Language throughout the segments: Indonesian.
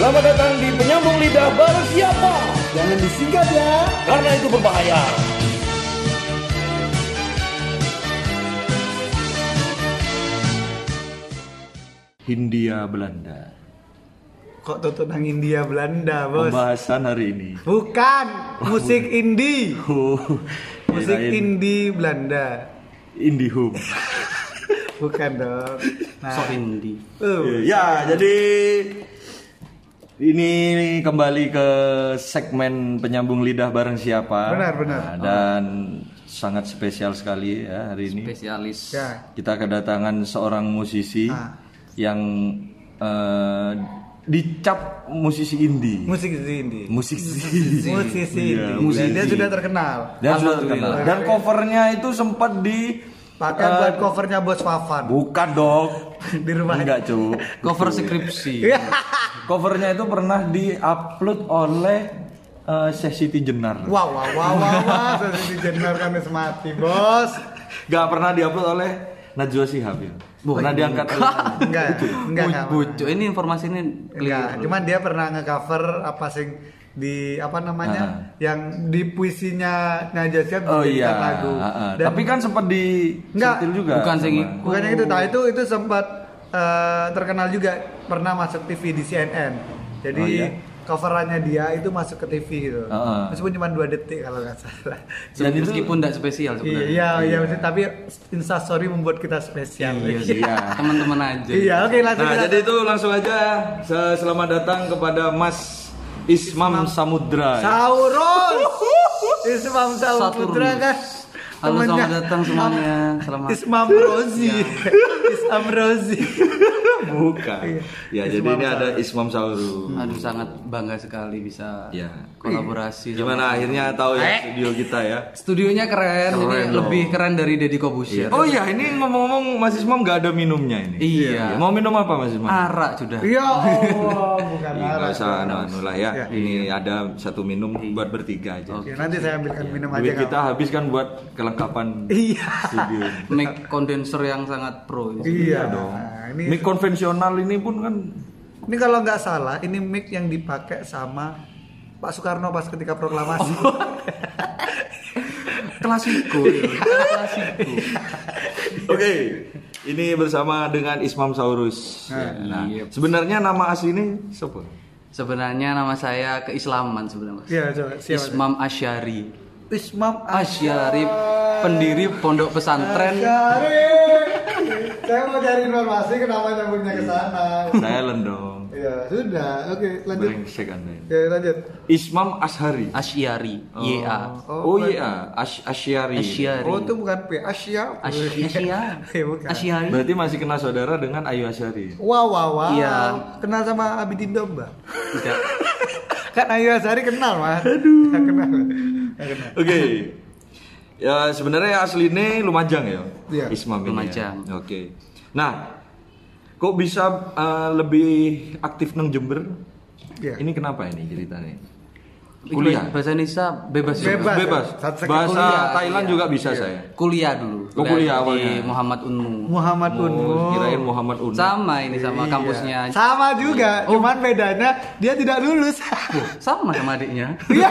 Selamat datang di Penyambung Lidah bareng siapa? Jangan disingkat ya, Karena itu berbahaya. Hindia Belanda. kok tutunan India Belanda bos? Pembahasan hari ini. Bukan, musik indie. Musik Kirain indie Belanda. Indihome. Bukan dong. Sok indie. Ya, jadi ini kembali ke segmen Penyambung Lidah bareng siapa? Benar. Nah, dan sangat spesial sekali ya hari ini. Spesialis. Ya. Kita kedatangan seorang musisi yang dicap musisi indie. Musisi indie. Musisi. Musisi Iya, indie. musisi. Dan dia sudah terkenal. Dan sudah terkenal. Dan covernya itu sempat Pakai buat covernya Bos Fafan bukan dong. di rumah. Enggak, Cuk. Cover skripsi. Covernya itu pernah di-upload oleh Siti Jenar. Wow. Sesi jenar kami semati, Bos. Gak pernah di-upload oleh Najwa Shihab ya. Pernah diangkat oleh Enggak. Bucu, ini informasi ini Enggak, cuman dia pernah nge-cover apa sing di apa namanya yang di puisinya Najwa Shihab dijadikan lagu. Dan Tapi kan sempat disentil juga. bukan sing sama- iku. bukan yang itu, itu sempat terkenal juga, pernah masuk TV di CNN. Jadi coverannya dia itu masuk ke TV gitu. Meskipun cuma 2 detik kalau nggak salah. Dan meskipun tidak spesial sebenarnya. Iya, tapi Instastory membuat kita spesial. Iya. Teman-teman aja. Iya, oke lanjut. Nah, jadi itu langsung aja selamat datang kepada Mas Ismam Samudra. Saurus. Ismam Samudra kan. Halo, selamat datang semuanya. Selamat. Ismam Rozi. Ismam Rozi. Bukan. Ya, jadi Ismam ini ada Ismam Sauru. Aduh, sangat bangga sekali bisa Ya. kolaborasi. Gimana akhirnya tahu ya studio kita ya? Studionya keren, ini Keren dong. lebih keren dari Deddy Corbuzier. Oh iya, ini ngomong-ngomong Mas Ismam nggak ada minumnya ini. Iya. Mau minum apa Mas Ismam? Arak sudah. Ya Allah, bukan Nggak arah. usah anu lah ya. Ini ada satu minum buat bertiga aja. Ya, nanti saya ambilkan minum aja. Duit nggak kita habis kan buat kelengkapan Iya. studio. Mic condenser yang sangat pro ini. Iya dong. Nah, ini Mic konvensional ini pun kan kalau nggak salah ini mic yang dipakai sama Pak Soekarno pas ketika proklamasi. Klasiko. Klasiko. Oke. Ini bersama dengan Ismam Saurus. Nah, sebenarnya nama asli ini siapa? Sebenarnya nama saya keislaman sebenarnya. Mas. Iya, coba siapa? Ismam Asyari. Ismam Asyari, pendiri pondok pesantren. Asyari. Saya mau cari informasi kenapa nyambungnya ke sana. Silent dong. Iya, sudah. Oke, lanjut. Brengsek Anda ini. Oke, lanjut. Ismam Ashari. Asyari, YA. Oh iya, Asyari. Asyari. Oh, itu bukan P, Asia. Asyari. Bukan. Asyari. Berarti masih kenal saudara dengan Ayu Asyari. Wow. Iya. Kenal sama Abidin Domba. Tidak. Kan Ayu Azhari kenal, Mas. Aduh. Kenal. Oke. Ya sebenarnya aslinya Lumajang ya. Iya. Ismam ini. Lumajang. Ya? Oke. Nah, kok bisa lebih aktif nang Jember? Iya. Ini kenapa ini ceritanya? Kuliah. Bahasa Indonesia bebas. juga. Bebas. Bebas. Satu Bahasa kuliah, Thailand iya. juga bisa saya. Kuliah dulu. Oh, kuliah di awalnya. Muhammad Unmu. Muhammad Unmu. Kirain Muhammad Unu. Sama ini sama Iya. kampusnya. Sama juga, cuman bedanya dia tidak lulus. Sama adiknya. Iya.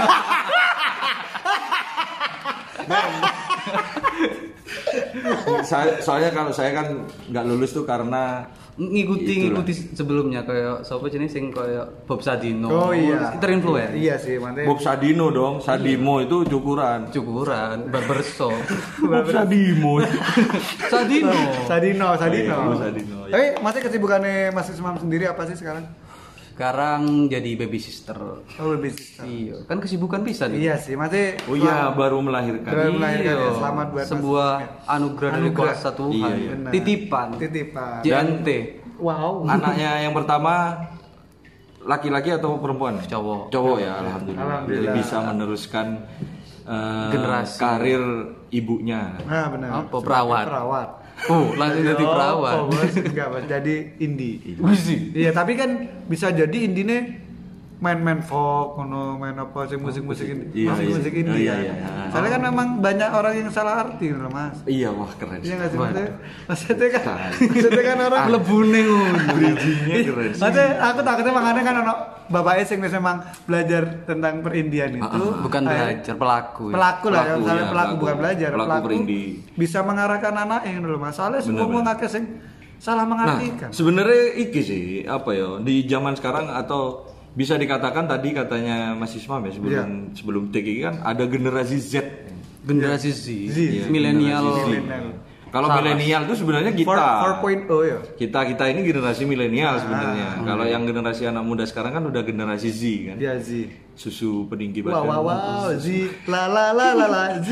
Soalnya kalau saya kan nggak lulus tuh karena ngikuti Itulah. sebelumnya kayak siapa jenis sing kayak Bob Sadino. Oh iya. Terinfluence. Iya sih, makanya. Bob Sadino dong. Sadimo itu cukuran. Cukuran, barbershop. Bob Sadimo. Sadino. Sadino. Oh, Sadino, ya. Tapi masih kesibukannya Mas Ismam sendiri apa sih sekarang? Sekarang jadi baby sister. Oh, lebih sister. Iya, kan kesibukan bisa nih. Iya sih, masih. Oh iya, baru melahirkan. Baru melahirkan. Iya. Selamat buat Mas. sebuah anugerah dari Anugerah. kuasa Tuhan. Iya, iya. Benar. Titipan. Titipan. JNT. Wow. Anaknya yang pertama laki-laki atau perempuan? Cowok. Cowok ya, alhamdulillah. Alhamdulillah. Jadi bisa meneruskan Generasi. karir ibunya. Nah, benar. Apa, perawat? Perawat. Oh, langsung jadi perawat. Oh, bos. Enggak, Bos. Jadi indie. Wih. Iya, tapi kan bisa jadi indine main folk, main apa sih musik-musik ini, Iya, musik iya. ini Iya, kan. iya, iya. Soalnya kan memang banyak orang yang salah arti loh Mas. Iya, wah keren. Iya nggak sih maksudnya kan orang Lebune ngono. Bridging-nya keren. maksudnya aku takutnya makanya kan ono bapak sing wis memang belajar tentang perindian itu Bukan belajar, pelaku. pelaku lah ya, Pelaku, misalnya ya, pelaku pelaku. bukan belajar, Pelaku pelaku perindi. bisa mengarahkan anaknya dulu Mas. Soalnya semua Bener, mau ngake sing salah Nah, mengartikan. sebenarnya iki sih apa ya di zaman sekarang atau bisa dikatakan tadi katanya Mas Ismam ya sebelum TK kan ada generasi Z. Generasi Z, Z. milenial. Milenial. Kalau milenial itu sebenarnya kita. 4.0 ya. Kita ini generasi milenial sebenarnya. Kalau yang generasi anak muda sekarang kan udah generasi Z kan. Dia Z. Susu peninggi Wow badan. wow wow Z la la la la la Z.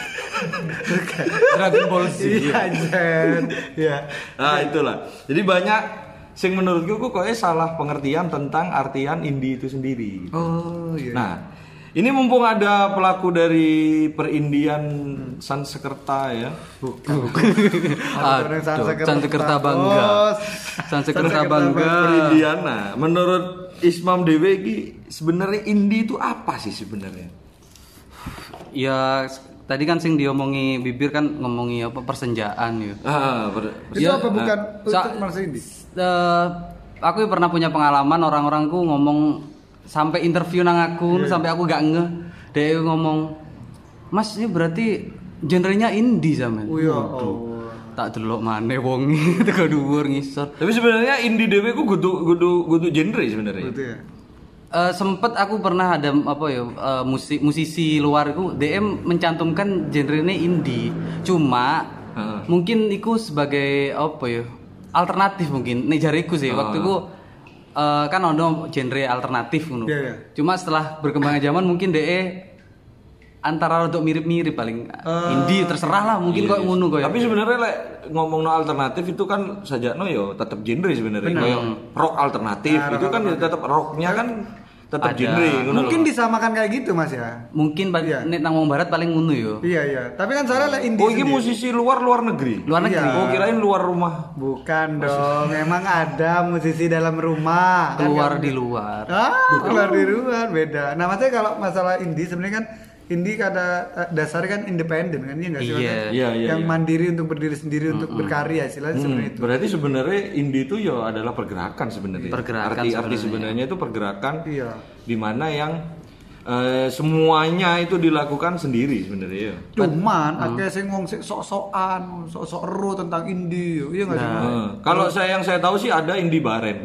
Dragon Ball Z. Iya Jen. Iya. Nah, itulah. Jadi banyak sing menurutku kok kayaknya salah pengertian tentang artian indie itu sendiri. Oh iya. Nah, ini mumpung ada pelaku dari perindian Sansekerta ya. Aduh, Sansekerta bangga. Oh, Sansekerta bangga. Perindian. Nah, menurut Ismam Dewe ini sebenarnya indie itu apa sih sebenarnya? Ya tadi kan sing diomongi bibir kan ngomongi apa persenjaan ya. itu Ya, apa bukan sa- untuk Mas Indi? Aku pernah punya pengalaman orang-orangku ngomong sampai interview nang aku sampai aku gak ngeh. Dia ngomong, "Mas, ini berarti genrenya indie sampean." Oh iya. Waduh. Tak delok maneh wong teko dhuwur ngisor. Tapi sebenarnya indie Dewe ku kudu genre sebenarnya. Gitu ya. Sempet aku pernah ada apa ya musisi luar itu DM mencantumkan genrenya indie. Cuma mungkin iku sebagai apa ya alternatif mungkin. Nek jariku sih waktu itu kan ono genre alternatif ngono. Iya, iya. Cuma setelah berkembangnya zaman mungkin DE antara untuk mirip-mirip paling indie terserah lah mungkin kok ngono kok ya. Tapi sebenarnya ngomong no alternatif itu kan sajakno yo tetap genre sebenarnya. Kayak rock alternatif itu kan tetap rocknya kan tetap Ada. genre ngono Mungkin loh. disamakan kayak gitu Mas ya. Mungkin Iya. nek nang wong barat paling ngono yo. Iya iya. Tapi kan soalnya lah indie. Oh, ini sendiri. musisi luar negeri. Luar negeri. Iya. Oh, kirain luar rumah. Bukan dong. Memang ada musisi dalam rumah. Kan Keluar kan- di luar. keluar di luar beda. Nah, maksudnya kalau masalah indie sebenarnya kan indie kada dasarnya kan independen kan ya nggak sih? Iya. Maksudnya Iya, iya, yang iya. mandiri untuk berdiri sendiri untuk berkarya istilahnya sebenarnya itu. Berarti sebenarnya indie itu ya adalah pergerakan sebenarnya. Pergerakan Arti sebenarnya itu pergerakan Iya. di mana yang semuanya itu dilakukan sendiri sebenarnya ya. Cuman akeh sing ngomong sik sok-sokan, sok-sok ero tentang indie. Iya nggak sih? Kalau yang saya tahu sih ada indie baren.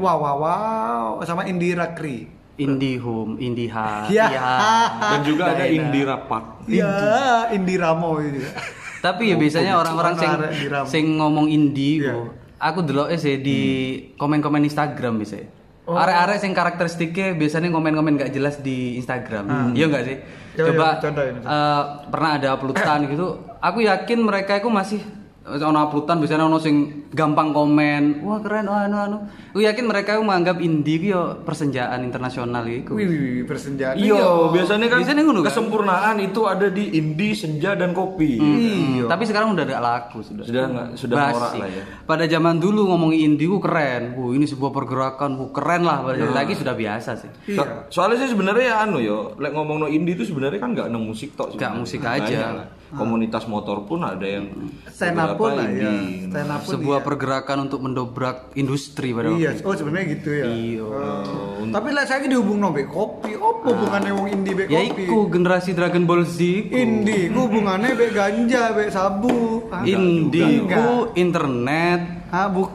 Wow, sama indie rakri. Indie home, indie ha. Iya. Dan juga ada indie rapat. Iya, indie ramo itu. Tapi ya biasanya orang-orang sing Arek diram. sing ngomong indie Iya. ku, aku deloke sih di komen-komen Instagram biasanya. Arek-arek sing karakteristiknya biasanya komen-komen gak jelas di Instagram. Iya enggak sih? Iya, Coba iya, contohin. pernah ada uploadan gitu. Aku yakin mereka itu masih ono uploadan biasanya ono sing gampang komen. Wah, keren anu. Aku yakin mereka itu menganggap indie ku yo persenjaan internasional iku. Wih, persenjataan. Iya, biasanya kan Biasanya ngono kan? kesempurnaan itu ada di indie, senja dan kopi. Iya. Tapi sekarang udah gak laku sudah. Sudah Basi. norak lah ya. Pada zaman dulu ngomongin indie ku keren. Ini sebuah pergerakan, keren lah. Pada zaman lagi sudah biasa sih. Iya. Soalnya sih sebenarnya ya anu yo, lek ngomong no indie itu sebenarnya kan nggak no musik tok. Nggak sebenarnya. musik Banyak aja. lah. Komunitas motor pun ada yang Stand up pun lah ya. indie. Stand up pun Sebuah iya. pergerakan untuk mendobrak industri pada Iya, waktu itu. oh sebenarnya gitu ya. Iya. Tapi lah saya dihubung nombek kopi. Apa hubungannya wong indie be Ya kopi? iku generasi Dragon Ball Z iku. Indie, ku hubungannya be ganja, be sabu. Ah, Indie enggak. ku internet.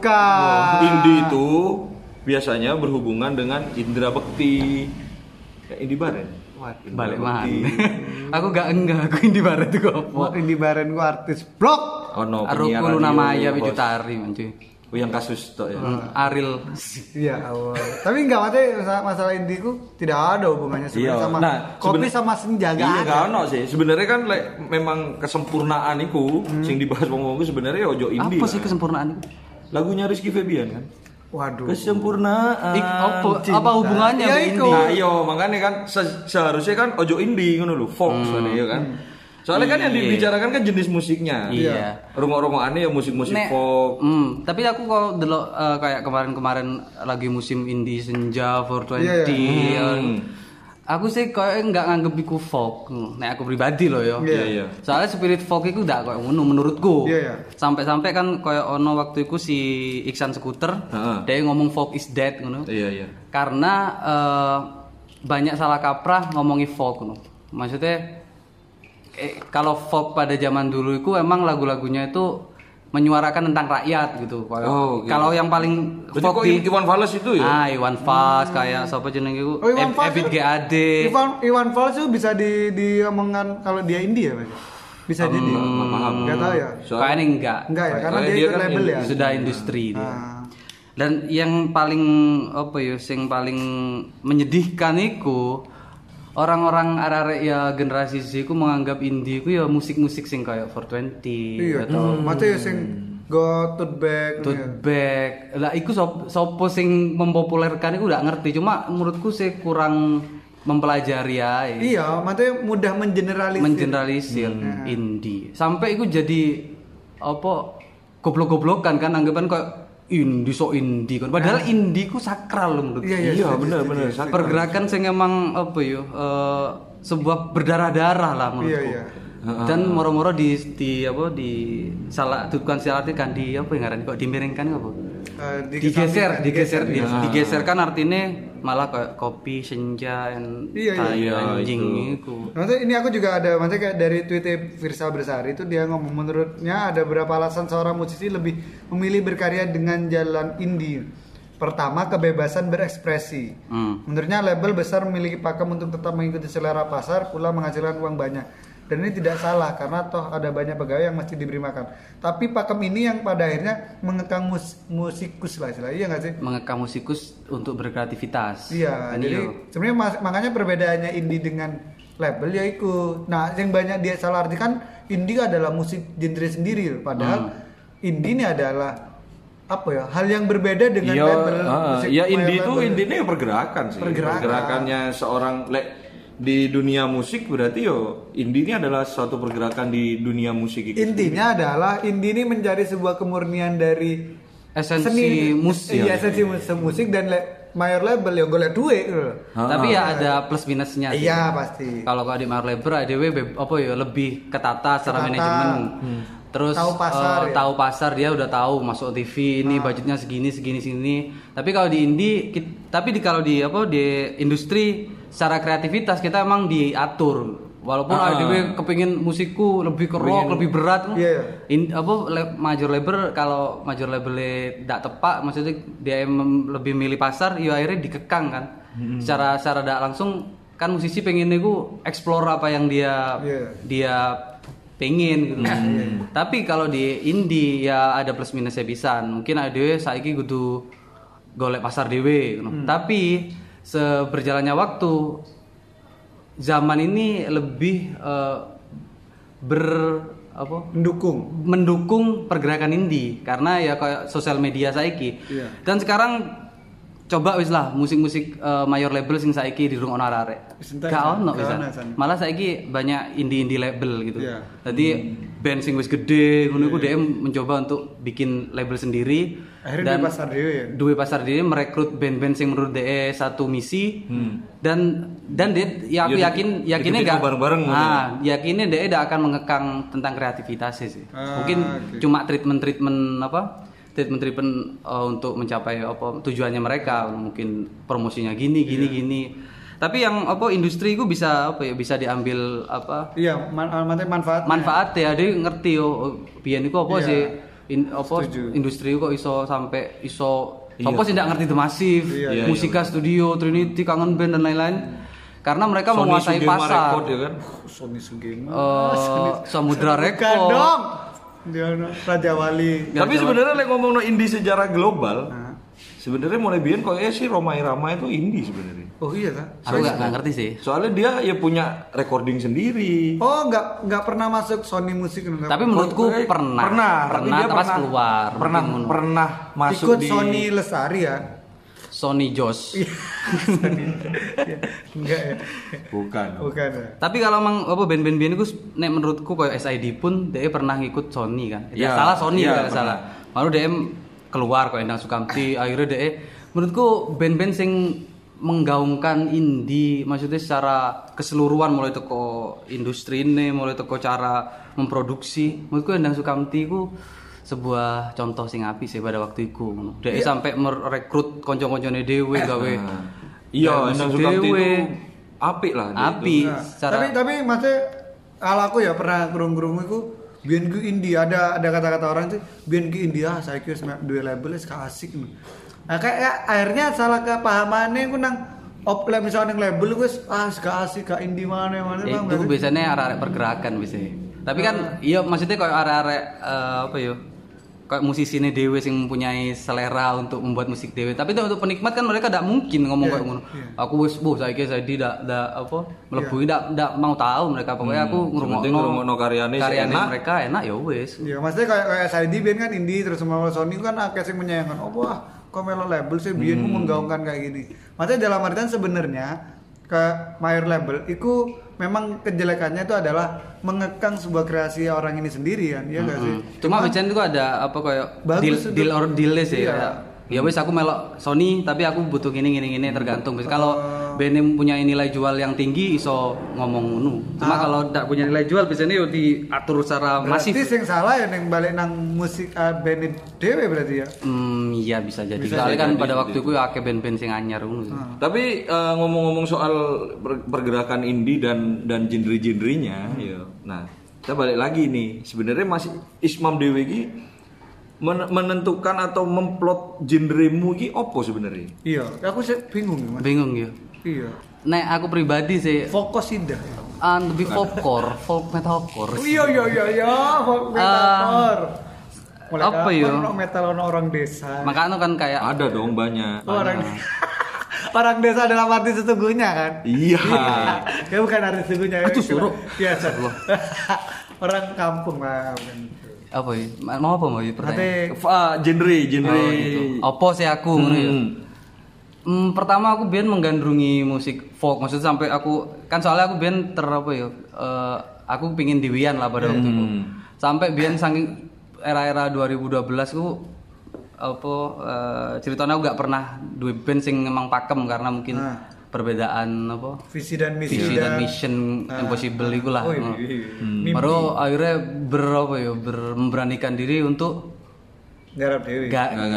Bukan. Indie itu biasanya berhubungan dengan indera bekti. Kayak indie baren. Waduh. Balik mana? Aku gak enggak, aku indie barat itu Mau apa? indie baren ku artis blok. Ono Aruku Luna Maya Widutari mancuy. Oh, yang kasus tok ya. Ariel. Iya awal. Tapi enggak masalah indie ku tidak ada hubungannya sebenarnya Iya. sama Nah, kopi sama senja Iya ada. gak ono sih. Sebenarnya kan memang kesempurnaan iku sing dibahas wong-wong sebenarnya ojo indie. Apa lah. sih kesempurnaan itu? Lagunya Rizky Febian kan? Waduh. Kesempurnaan. Apa hubungannya Iya, sama iku. indie? Nah, iya makanya kan seharusnya kan ojo indie ngono lho, folk sebenarnya ya kan. Soalnya kan yang dibicarakan kan jenis musiknya. Iya. Rungok-rungokannya ya musik-musik folk. Tapi aku kalau delok kayak kemarin lagi musim indie senja 420. Aku sih kayak nggak nganggep iku folk. Nek aku pribadi loh ya. Iya. Soalnya spirit folk iku ndak kayak ngono menurutku. Sampai-sampai kan kayak ono waktu iku si Iksan Skuter, dia ngomong folk is dead ngono. Iya. Karena banyak salah kaprah ngomongi folk ngono. Maksudnya kalau folk pada zaman dulu itu emang lagu-lagunya itu menyuarakan tentang rakyat gitu. Kalau yang paling folk di Iwan Fals itu ya? Iwan Fals kayak siapa jenenge iku? Ebit GAD. Iwan Fals itu bisa diomongkan kalau dia indie ya, Mas? Bisa jadi. Paham. Enggak tahu ya. Kayaknya enggak. Enggak ya, karena dia ikut label ya. Sudah industri dia. Dan yang paling yang paling menyedihkan itu orang-orang arek ya generasi Z ku menganggap indie ku ya musik-musik sing kayak 420 atau mate sing go tote bag. Lah iku sopo sing mempopulerkan iku nggak ngerti, cuma menurutku sih kurang mempelajari ya. Iya, mate mudah mengeneralisir indie. Sampai iku jadi goblok-goblokan kan anggapan kayak indie kan. Padahal indie ku sakral loh menurut. Iya benar. Pergerakan sing emang sebuah berdarah-darah lah menurutku. Iya. Dan moro-moro di salah diartikan di apa yang ngaran kok dimiringkan apa? Digeser kan artinya malah kayak kopi senja anjing itu. Maksudnya ini aku juga ada kayak dari tweet Firsa Bersari itu dia ngomong menurutnya ada beberapa alasan seorang musisi lebih memilih berkarya dengan jalan indie. Pertama, kebebasan berekspresi. Menurutnya label besar memiliki pakem untuk tetap mengikuti selera pasar pula menghasilkan uang banyak. Dan ini tidak salah karena toh ada banyak pegawai yang mesti diberi makan. Tapi pakem ini yang pada akhirnya mengekang musikus lah istilahnya, iya nggak sih? Mengekang musikus untuk berkreativitas. Iya, jadi sebenarnya makanya perbedaannya indie dengan label ya itu. Nah, yang banyak dia salah artikan indie adalah musik genre sendiri, padahal indie ini adalah hal yang berbeda dengan label. Indie itu intinya pergerakan sih. Pergerakannya seorang di dunia musik berarti indie ini adalah suatu pergerakan di dunia musik itu. Intinya adalah indie ini mencari sebuah kemurnian dari esensi musik. Iya, esensi musik dan mayor label yang golek duit gitu. Tapi ya ada plus minusnya sih. Iya, pasti. Kalau di mayor label lebih ketata secara manajemen. Terus tahu pasar dia udah tahu masuk TV ini budgetnya segini. Tapi kalau di indie kalau di industri secara kreativitas kita emang diatur. Walaupun ADW kepingin musikku lebih rock, lebih berat. Major label kalau major labelnya tidak tepat, maksudnya dia lebih milih pasar, ya akhirnya dikekang kan. Secara tidak langsung kan musisi pengen itu explore apa yang dia pengen gitu. Tapi kalau di indie ya ada plus minusnya bisa. Mungkin ADW saiki kudu golek pasar dhewe gitu. Tapi seberjalannya waktu zaman ini lebih mendukung pergerakan indie karena ya kayak sosial media saiki. Dan sekarang coba wis lah musik-musik mayor label sing saiki dirungokno arek. Gak ono bisa. Malah saiki banyak indie label gitu. Jadi band sing wis gede ngono iku DM mencoba untuk bikin label sendiri. Akhirnya duwe pasar dhewe merekrut band-band sing menurut DE satu misi dan dia aku yakinnya enggak bareng-bareng yakinnya DE tidak akan mengekang tentang kreativitasnya sih. Mungkin cuma treatment untuk mencapai tujuannya mereka, mungkin promosinya gini. Tapi yang industri itu bisa diambil manfaat ya. Dia ngerti biyen iku sih industri kok iso sampai apa sih ndak ngerti The Massive, Musika Studio, Trinity, Kangen Band dan lain-lain. Karena mereka Sony menguasai pasar. Record, ya kan? Sony Sugeng. Samudra Record. Dia Raja Wali. Tapi sebenarnya ngomong indie secara global, sebenarnya mulai biyen kayaknya sih Rhoma Irama itu indie sebenarnya. Oh iya kan? Aku nggak ngerti sih. Soalnya dia ya punya recording sendiri. Oh nggak pernah masuk Sony Musik. Tapi menurutku pernah pas keluar. Pernah masuk ikut di Sony Lestari ya. Sony Josh. Enggak ya. Bukan. Bukan ya. Tapi kalau emang apa band-band itu nek menurutku kayak SID pun dia pernah ngikut Sony kan. Iya, Salah Sony iya, kalau salah. Lalu dia keluar kok Endang Sukamti, akhirnya dia menurutku band-band sing menggaungkan indie maksudnya secara keseluruhan mulai toko industri ini, mulai toko cara memproduksi. Menurutku Endang Sukamti ku sebuah contoh sing apik sih pada waktu itu ngono. Dia sampai merekrut kanca-kancane dhewe gawe. Iya, Endang Sukamti itu apik lah. Apik. Tapi maksudnya kalau aku ya pernah krungu-krungu iku biyen ku indie ada kata-kata orang tuh biyen ku indie saya kira dua label asik. Nah kayak akhirnya salah kepahamannya ku nang misalnya yang label ku gak asik gak indie mana itu biasanya arek-arek pergerakan biasanya. Tapi kan iya maksudnya kayak arek-arek apa ya? Kayak musisi ini dewe sing mempunyai selera untuk membuat musik dewe. Tapi untuk penikmat kan mereka tidak mungkin ngomong kayak ngono. Aku wis saya tidak apa mlebu tidak mau tahu mereka pokoknya aku ngrungokno karyane mereka enak ya wis. Iya, maksudnya kayak SID band kan indie terus sama Sony kan akeh sing menyayangkan. Oh wah, kok melo label sih biyen menggaungkan kayak gini. Maksudnya dalam artian sebenarnya ke major label itu memang kejelekannya itu adalah mengekang sebuah kreasi orang ini sendiri kan, ya enggak sih? Cuma biasanya itu ada apa kayak deal or deal sih ya. Ya wis aku melok Sony tapi aku butuh gini tergantung. Kalau band punya nilai jual yang tinggi iso ngomong ngono. Cuma kalau tidak punya nilai jual biasanya yo diatur secara masif. Berarti sing salah ya ning balik nang musik band dhewe berarti ya. Iya bisa jadi. Soalnya kan pada waktu itu akeh band-band sing anyar ngono. Tapi ngomong-ngomong soal pergerakan indie dan genre-genrenya ya. Nah, kita balik lagi nih. Sebenarnya masih Ismam Dewi iki menentukan atau memplot genremu iki opo sebenarnya? Iya, aku sih bingung ya. Bingung ya. Iya. Nek aku pribadi sih fokus indah. Lebih folk metalcore. Iya, folk metalcore. Apa ya? Metal orang desa. Makanya kan kayak ada dong banyak. Orang desa dalam arti sesungguhnya kan? Iya. Ya bukan arti sesungguhnya. Aduh suruh. Iya, orang kampung lah. Apa ya? Mau apa mau ya pertanyaan? Genre. Gitu. Apa sih aku ngono ya? Pertama aku biyen menggandrungi musik folk, maksudnya sampai aku kan soalnya aku biyen aku pingin diwian lah pada waktu itu. Sampai biyen saking era-era 2012 ku ceritanya aku gak pernah duwe band sing memang pakem karena mungkin perbedaan apa visi dan mission impossible iku lah. Baru akhirnya memberanikan diri untuk garap dewi.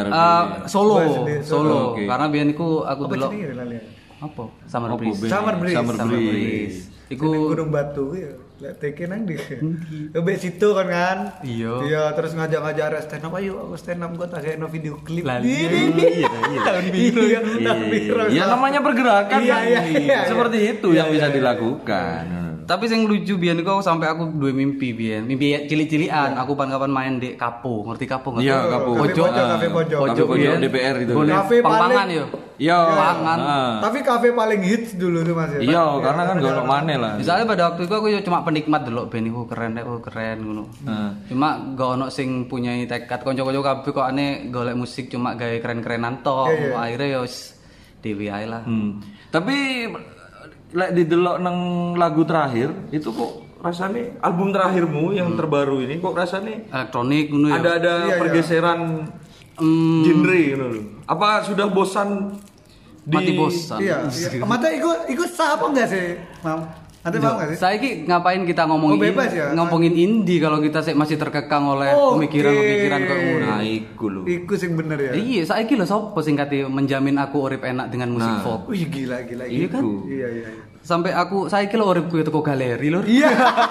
Solo. Karena biyen iku aku delok apa? Summer Breeze. Iku Gunung Batu ya. Lek teke nang di. Mbek situ kan. Iya, terus ngajak-ngajak stand up ayo aku stand up gua tak kayak video klip. Iya. Tahun biru. Ya namanya pergerakan kan. Seperti itu yang bisa dilakukan. Tapi yang lucu biyen iku sampai aku duwe mimpi biyen. Mimpi cilik-cilikan, aku kapan-kapan main di Kapo. Ngerti Kapo enggak? Iya, Kapo. Pojok DPR itu. Kafe pangan yo. Iya, pangan. Tapi kafe paling hits dulu tuh Mas ya. Iya, karena kan gak ono maneh lah. Misalnya pada waktu itu aku cuma penikmat delok band iku keren ngono. Cuma gak ono sing punya tekad kanca-kanca kabeh kok aneh golek musik cuma gawe keren-kerenan tok. Akhirnya yo dhewe ae lah. Tapi lek didelok nang lagu terakhir itu kok rasanya album terakhirmu yang terbaru ini kok rasanya elektronik ngono ya. Ada pergeseran genre ngono lho. Apa sudah bosan mati bosan? Iya. Mata iku sah apa enggak sih, Mam? Nanti mau enggak sih? Saiki ngapain kita ngomongin ngomongin indie kalau kita masih terkekang oleh pemikiran-pemikiran kok ngono. Nah, iku lho. Iku sing bener ya. Iya, saiki lho sapa sing kate menjamin aku urip enak dengan musik folk. Wih, gila. Iya kan? Iya. Sampai aku saiki lho uripku teko galeri lho. Iya.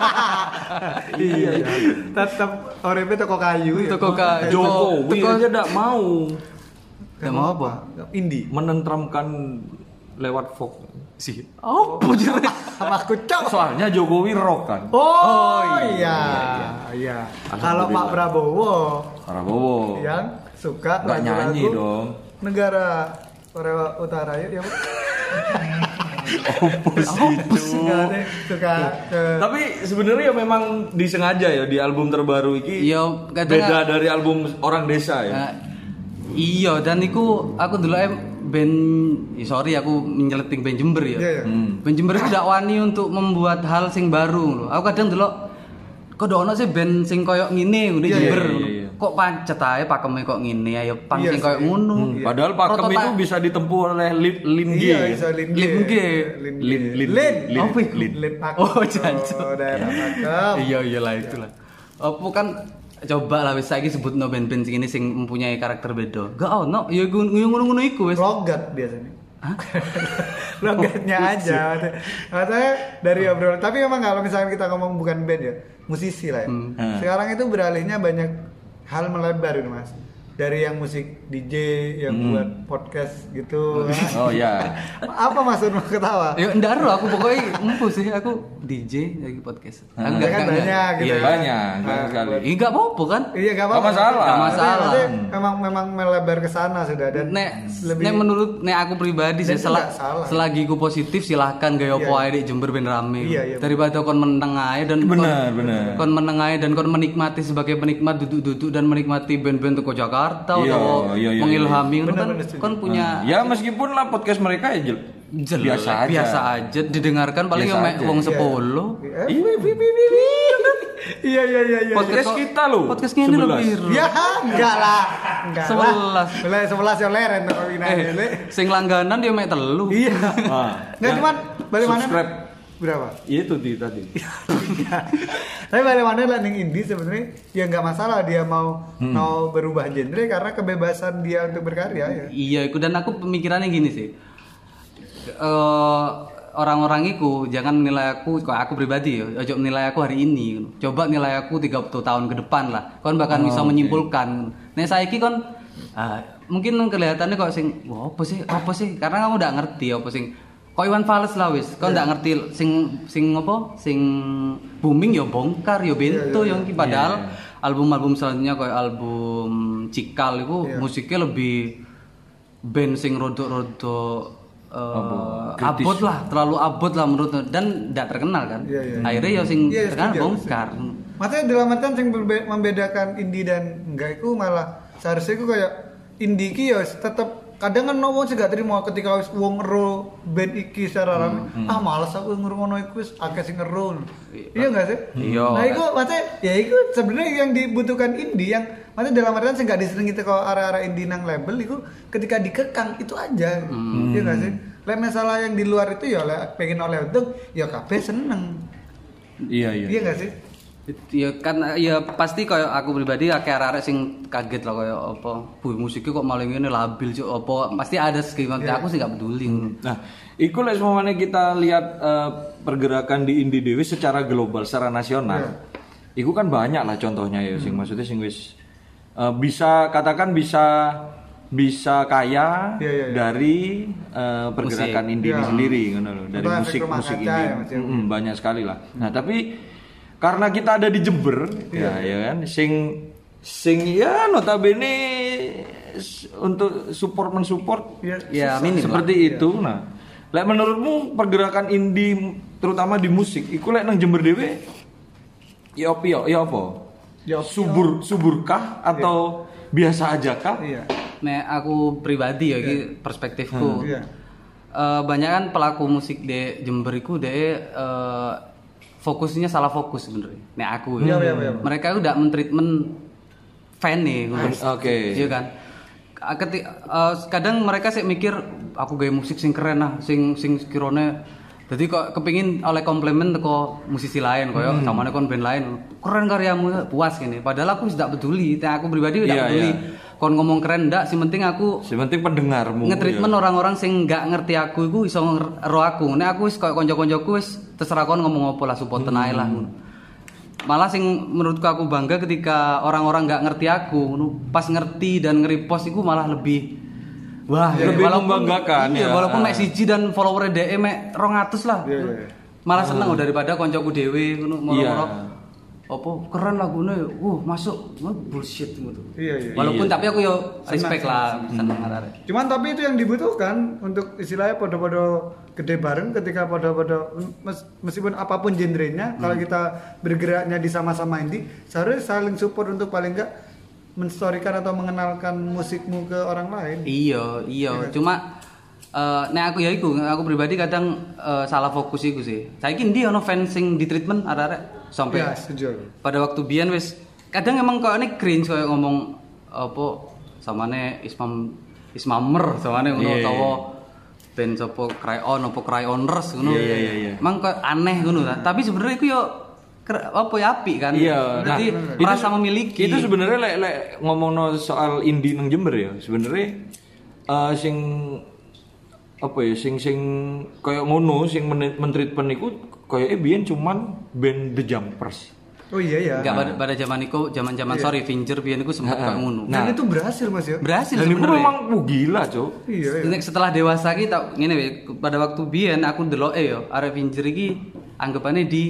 Tetap uripnya toko kayu ya. Toko kayu. Jokowi aja enggak mau. Enggak mau apa? Indie. Menenteramkan lewat folk sih. Apa jere? Sama aku cok. Soalnya Jokowi rock kan. Oh iya. Kalau Pak Prabowo yang suka nggak nyanyi dong. Negara Korea Utara ya. Tapi sebenarnya ya memang disengaja ya di album terbaru ini beda dari album Orang Desa ya. Iya dan aku dulu band sorry aku menyeleting band Jember ya. Iya, iya. Band Jember itu ndak wani untuk membuat hal sing baru lho. Aku kadang delok kok ndak ono sih band sing koyo ngene ngene Iya, Jember. iya, iya. Kok pancet ae pakeme kok ngene ayo pang Iya sing koyo sih. ngono. Padahal pakem itu bisa ditempuh oleh Lin G. Iya, bisa Lin G. Lin. Apa itu? Lin Pakem. Oh, jancuk. Daerah Pakem. Iya iyalah itulah. Apa kan coba lah wis saiki sebutno band-band sing ini sing mempunyai karakter beda. Gak ono, ya ngono-ngono iku wis. Logat biasanya. Logatnya aja. Maksudnya dari obrolan. Tapi memang kalau misalnya kita ngomong bukan band ya, musisi lah ya. Sekarang itu beralihnya banyak hal melebar ini Mas. Dari yang musik DJ, yang buat podcast gitu. Oh ya. Apa maksudmu ketawa? Ya ndak ero aku pokoknya empu sih aku DJ lagi podcast. Aku Kan banyak gitu. Iya. Banyak sekali. Iya enggak apa-apa kan? Iya gak apa-apa. Gak masalah. Gak masalah. Memang melebar ke sana sudah dan Nek menurut aku pribadi sih Dan itu nggak salah. selagi ku positif silahkan gaya Iya, opo ae di Jember ben rame. Iya, Daripada kon meneng ae dan Benar. kon meneng ae dan kon menikmati sebagai penikmat duduk-duduk dan menikmati band-band teko Jakarta atau iya, mengilhami ngono kan Benar, setuju. kon punya Ya meskipun lah podcast mereka ya biasa aja. didengarkan paling Biasa yo mek aja. wong Iya. 10. Iya. Podcast kita loh. Podcastnya ini 11. lebih Ya enggak lah. 11 yang leren kok ini. sing langganan dia mek 3. Iya. Nggak Ya, cuman bagaimana? subscribe. Berapa? Itu tadi. Tapi bagaimana landing indie sebenarnya ya nggak masalah dia mau berubah genre karena kebebasan dia untuk berkarya ya. Iya, iku dan aku pemikirannya gini sih. Orang-orang iku jangan nilai aku, kok aku pribadi ya, ojo nilai aku hari ini. Coba nilai aku 30 tahun ke depan lah. Kon bahkan bisa menyimpulkan. Nek saiki kon mungkin kelihatannya kok sing wah, apa sih? Karena kamu udah ngerti apa sing kok Iwan Fals lah wis. Kau ndak ngerti sing apa? Sing booming ya bongkar ya bento yang padahal album-album selanjutnya kayak album Cikal itu musiknya lebih band sing rodok-rodok abot lah, terlalu abot lah menurut dan tidak terkenal kan. Akhirnya ya sing terkenal bongkar. Maksudnya dalam artian yang membedakan indie dan enggak itu malah seharusnya itu kayak indie ki ya tetap kadang kan wong sing gak terima ketika wis wong ero band iki secara rame. Malas aku ngrungokno iku wis akeh sing ero. Iya enggak sih? Iya. Nah, iku maksudnya ya iku sebenarnya yang dibutuhkan indie yang maksudnya dalam artian sing gak disenengi teko arah-arah indie nang label iku ketika dikekang itu aja. Iya enggak sih? Lek masalah yang di luar itu ya pengen oleh untung ya kabeh seneng. Iya. Iya enggak sih? Ya kan ya pasti kayak aku pribadi akeh arek sing kaget lah kayak apa musiknya kok malah ngene labil cuk apa pasti ada segimana aku sih gak peduli. Nah, iku lek semuanya kita lihat pergerakan di indie dewi secara global, secara nasional. Iku kan banyak lah contohnya ya sing maksudnya sing wis bisa katakan bisa kaya dari pergerakan indie ini sendiri ngono lho, dari musik ini. Banyak sekali lah. Nah, tapi karena kita ada di Jember ya kan sing ya notabene untuk mensupport Ya minim seperti itu. Nah, lek menurutmu pergerakan indie terutama di musik iku lek nang Jember dhewe ya apa? Suburkah atau biasa aja kah? Iya. Nek aku pribadi ya iki perspektifku. Banyak kan pelaku musik di Jember iku fokusnya salah fokus sebenarnya. Nek aku ya. Mereka udah mentreatment fan nih. Oke. Iya kan. Kadang mereka sih mikir aku gaya musik sing keren lah, sing kirone jadi kok kepingin oleh komplimen teko musisi lain koyo samane kon band lain keren karyamu puas gini. Padahal aku tidak peduli. Aku pribadi tidak peduli. Kon ngomong keren ndak, sing penting pendengarmu. Nge-treatment orang-orang sing nggak ngerti aku iku iso ngero aku. Nek aku wis koyo kanca-kancaku wis terserah kon ngomong apa lah support ae lah. Malah sing menurutku aku bangga ketika orang-orang nggak ngerti aku, pas ngerti dan nge-repost iku malah lebih lebih membanggakan ya. Walaupun mek siji dan follower DE mek 200 lah. Malah seneng daripada koncoku dhewe ngono moro-moro. Apa keren lagune, masuk bullshit gitu. Iya. Walaupun tapi aku yo respect lah seneng arek. Cuman tapi itu yang dibutuhkan untuk istilahnya podo-podo gede bareng ketika podo-podo meskipun apapun genrenya kalau kita bergeraknya di sama-sama indie seharusnya saling support untuk paling enggak menstorykan atau mengenalkan musikmu ke orang lain. Iya. Cuma nek aku pribadi kadang salah fokus iku sih. Saiki ndi ono fans sing di treatment arek-arek sampai Ya, setuju. pada waktu biyen wis kadang emang kok ini cringe kayak ngomong apa samane Ismamer samane ngono utawa band sapa Crayon apa Crayoners ngono. Iya. Emang kok aneh ngono ta. Tapi sebenarnya iku yo apa ya apik kan. Iya, Jadi merasa memiliki. Itu sebenarnya lek ngomongno soal indie nang Jember ya, sebenarnya sing apa ya sing kayak ngono sing mentreatment iku kayake biyen cuman band The Jumpers. Oh iya ya. Enggak pada zaman iku zaman sorry Finger biyen iku sempat kayak ngono. Dan itu berhasil Mas ya. Berhasil Dan itu sebenarnya. memang gila, Cuk. Iya. Nek setelah dewasa ki tak ngene we, pada waktu biyen aku ndeloke yo arek Finger iki anggapane di.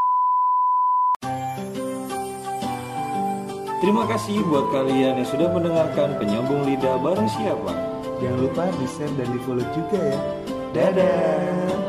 Terima kasih buat kalian yang sudah mendengarkan Penyambung Lidah bareng siapa. Jangan lupa di-share dan di-follow juga ya. Dadah.